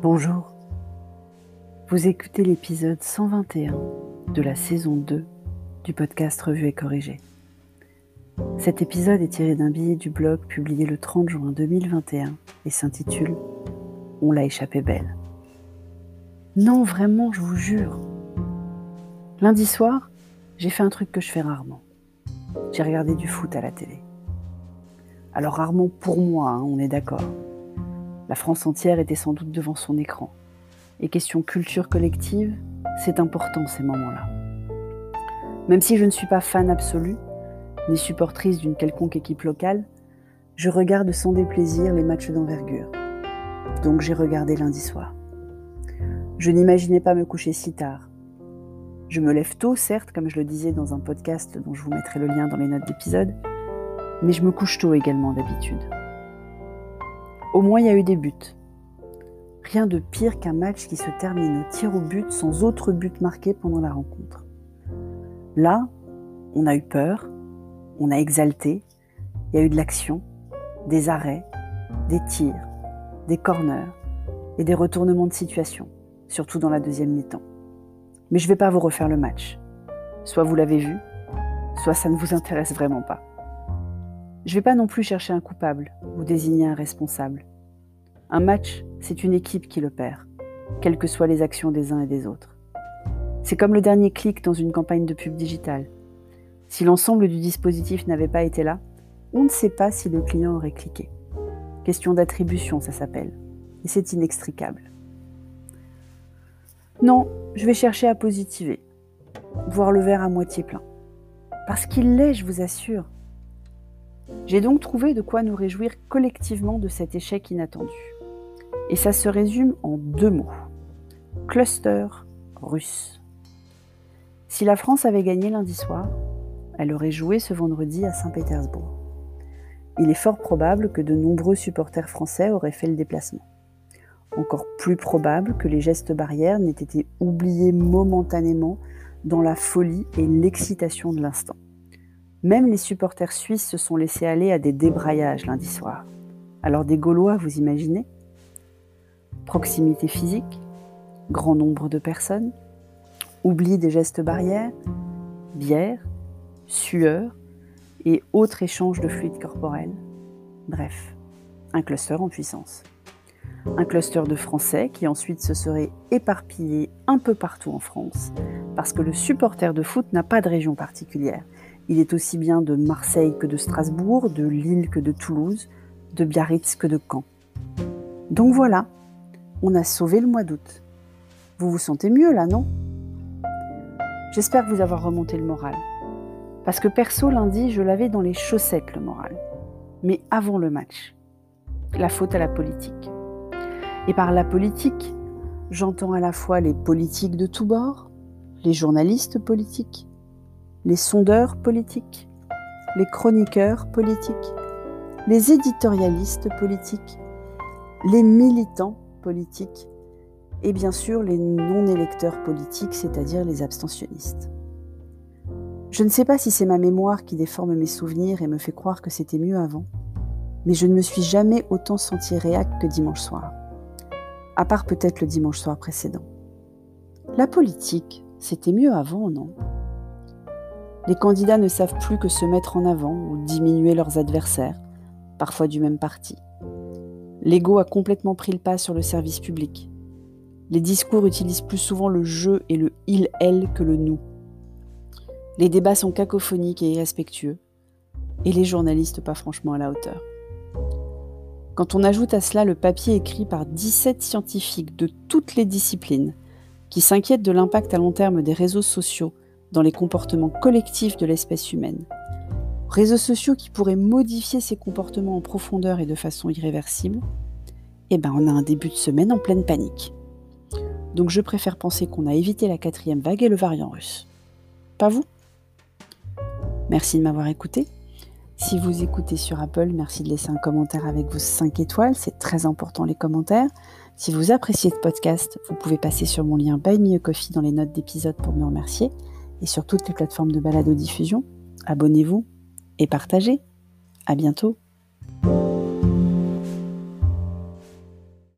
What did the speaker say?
Bonjour, vous écoutez l'épisode 121 de la saison 2 du podcast Revue et Corrigé. Cet épisode est tiré d'un billet du blog publié le 30 juin 2021 et s'intitule « On l'a échappé belle ». Non, vraiment, je vous jure. Lundi soir, j'ai fait un truc que je fais rarement. J'ai regardé du foot à la télé. Alors rarement pour moi, on est d'accord. La France entière était sans doute devant son écran. Et question culture collective, c'est important ces moments-là. Même si je ne suis pas fan absolue, ni supportrice d'une quelconque équipe locale, je regarde sans déplaisir les matchs d'envergure. Donc j'ai regardé lundi soir. Je n'imaginais pas me coucher si tard. Je me lève tôt, certes, comme je le disais dans un podcast dont je vous mettrai le lien dans les notes d'épisode, mais je me couche tôt également d'habitude. Au moins, il y a eu des buts. Rien de pire qu'un match qui se termine au tir au but sans autre but marqué pendant la rencontre. Là, on a eu peur, on a exalté, il y a eu de l'action, des arrêts, des tirs, des corners et des retournements de situation, surtout dans la deuxième mi-temps. Mais je ne vais pas vous refaire le match. Soit vous l'avez vu, soit ça ne vous intéresse vraiment pas. Je ne vais pas non plus chercher un coupable ou désigner un responsable. Un match, c'est une équipe qui le perd, quelles que soient les actions des uns et des autres. C'est comme le dernier clic dans une campagne de pub digitale. Si l'ensemble du dispositif n'avait pas été là, on ne sait pas si le client aurait cliqué. Question d'attribution, ça s'appelle. Et c'est inextricable. Non, je vais chercher à positiver, voir le verre à moitié plein. Parce qu'il l'est, je vous assure. J'ai donc trouvé de quoi nous réjouir collectivement de cet échec inattendu. Et ça se résume en 2 mots. Cluster russe. Si la France avait gagné lundi soir, elle aurait joué ce vendredi à Saint-Pétersbourg. Il est fort probable que de nombreux supporters français auraient fait le déplacement. Encore plus probable que les gestes barrières n'aient été oubliés momentanément dans la folie et l'excitation de l'instant. Même les supporters suisses se sont laissés aller à des débraillages lundi soir. Alors des Gaulois, vous imaginez ? Proximité physique, grand nombre de personnes, oubli des gestes barrières, bière, sueur et autres échanges de fluides corporels. Bref, un cluster en puissance. Un cluster de Français qui ensuite se serait éparpillé un peu partout en France parce que le supporter de foot n'a pas de région particulière. Il est aussi bien de Marseille que de Strasbourg, de Lille que de Toulouse, de Biarritz que de Caen. Donc voilà, on a sauvé le mois d'août. Vous vous sentez mieux là, non ? J'espère vous avoir remonté le moral. Parce que perso, lundi, je l'avais dans les chaussettes le moral. Mais avant le match. La faute à la politique. Et par la politique, j'entends à la fois les politiques de tous bords, les journalistes politiques, les sondeurs politiques, les chroniqueurs politiques, les éditorialistes politiques, les militants politiques et bien sûr les non-électeurs politiques, c'est-à-dire les abstentionnistes. Je ne sais pas si c'est ma mémoire qui déforme mes souvenirs et me fait croire que c'était mieux avant, mais je ne me suis jamais autant senti réac que dimanche soir, à part peut-être le dimanche soir précédent. La politique, c'était mieux avant, non ? Les candidats ne savent plus que se mettre en avant ou diminuer leurs adversaires, parfois du même parti. L'ego a complètement pris le pas sur le service public. Les discours utilisent plus souvent le « je » et le « il-elle » que le « nous ». Les débats sont cacophoniques et irrespectueux, et les journalistes pas franchement à la hauteur. Quand on ajoute à cela le papier écrit par 17 scientifiques de toutes les disciplines qui s'inquiètent de l'impact à long terme des réseaux sociaux dans les comportements collectifs de l'espèce humaine, réseaux sociaux qui pourraient modifier ces comportements en profondeur et de façon irréversible, on a un début de semaine en pleine panique. Donc je préfère penser qu'on a évité la 4e vague et le variant russe. Pas vous ? Merci de m'avoir écouté. Si vous écoutez sur Apple, merci de laisser un commentaire avec vos 5 étoiles, c'est très important les commentaires. Si vous appréciez ce podcast, vous pouvez passer sur mon lien Buy Me a Coffee dans les notes d'épisode pour me remercier et sur toutes les plateformes de balado-diffusion. Abonnez-vous et partagez. À bientôt.